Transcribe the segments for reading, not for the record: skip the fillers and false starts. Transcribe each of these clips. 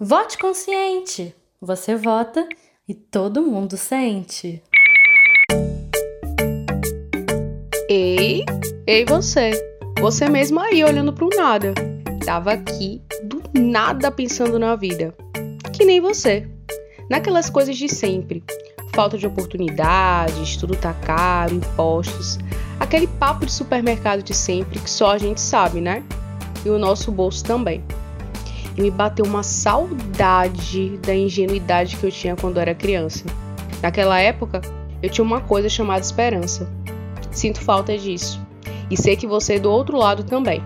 Vote consciente! Você vota e todo mundo sente. Ei você! Você mesmo aí olhando pro nada. Tava aqui do nada pensando na vida. Que nem você. Naquelas coisas de sempre. Falta de oportunidades, tudo tá caro, impostos. Aquele papo de supermercado de sempre que só a gente sabe, né? E o nosso bolso também. E me bateu uma saudade da ingenuidade que eu tinha quando eu era criança. Naquela época, eu tinha uma coisa chamada esperança. Sinto falta disso. E sei que você é do outro lado também.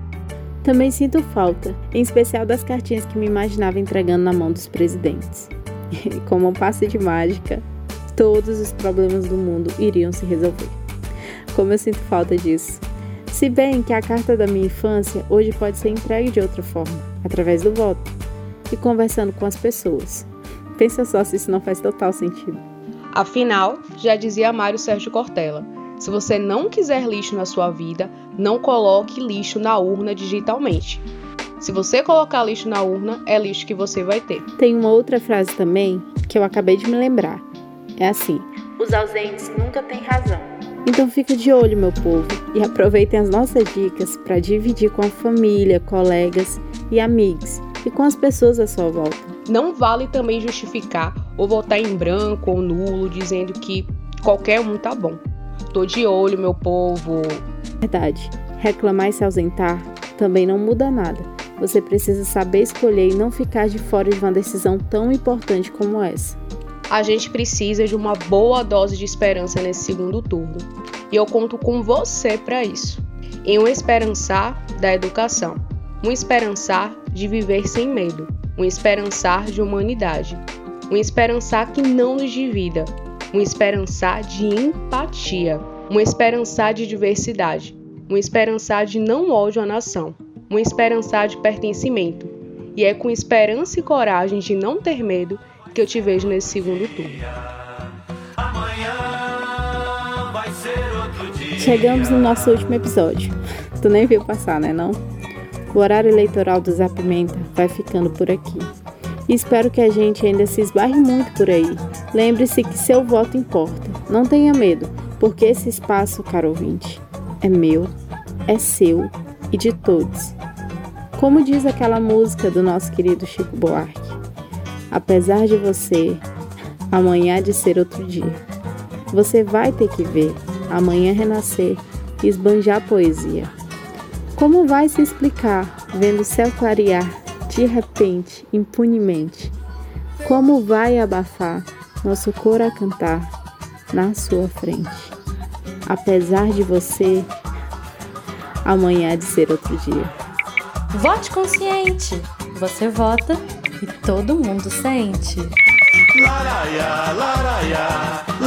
Também sinto falta, em especial das cartinhas que me imaginava entregando na mão dos presidentes. E como um passe de mágica, todos os problemas do mundo iriam se resolver. Como eu sinto falta disso. Se bem que a carta da minha infância hoje pode ser entregue de outra forma, através do voto e conversando com as pessoas. Pensa só se isso não faz total sentido. Afinal, já dizia Mário Sérgio Cortella, se você não quiser lixo na sua vida, não coloque lixo na urna digitalmente. Se você colocar lixo na urna, é lixo que você vai ter. Tem uma outra frase também que eu acabei de me lembrar. É assim: os ausentes nunca têm razão. Então fica de olho, meu povo, e aproveitem as nossas dicas para dividir com a família, colegas e amigos e com as pessoas à sua volta. Não vale também justificar ou votar em branco ou nulo, dizendo que qualquer um tá bom. Tô de olho, meu povo. Verdade. Reclamar e se ausentar também não muda nada. Você precisa saber escolher e não ficar de fora de uma decisão tão importante como essa. A gente precisa de uma boa dose de esperança nesse segundo turno. E eu conto com você para isso. Em um esperançar da educação. Um esperançar de viver sem medo. Um esperançar de humanidade. Um esperançar que não nos divida. Um esperançar de empatia. Um esperançar de diversidade. Um esperançar de não ódio à nação. Um esperançar de pertencimento. E é com esperança e coragem de não ter medo que eu te vejo nesse segundo turno. Chegamos no nosso último episódio. Tu nem viu passar, né não? O horário eleitoral do Zap Menta vai ficando por aqui. E espero que a gente ainda se esbarre muito por aí. Lembre-se que seu voto importa. Não tenha medo, porque esse espaço, caro ouvinte, é meu, é seu e de todos. Como diz aquela música do nosso querido Chico Buarque: apesar de você, amanhã há de ser outro dia. Você vai ter que ver amanhã renascer e esbanjar poesia. Como vai se explicar vendo o céu clarear de repente, impunemente? Como vai abafar nosso cor a cantar na sua frente? Apesar de você, amanhã há de ser outro dia. Vote consciente! Você vota e todo mundo sente. Laraiá, laraiá,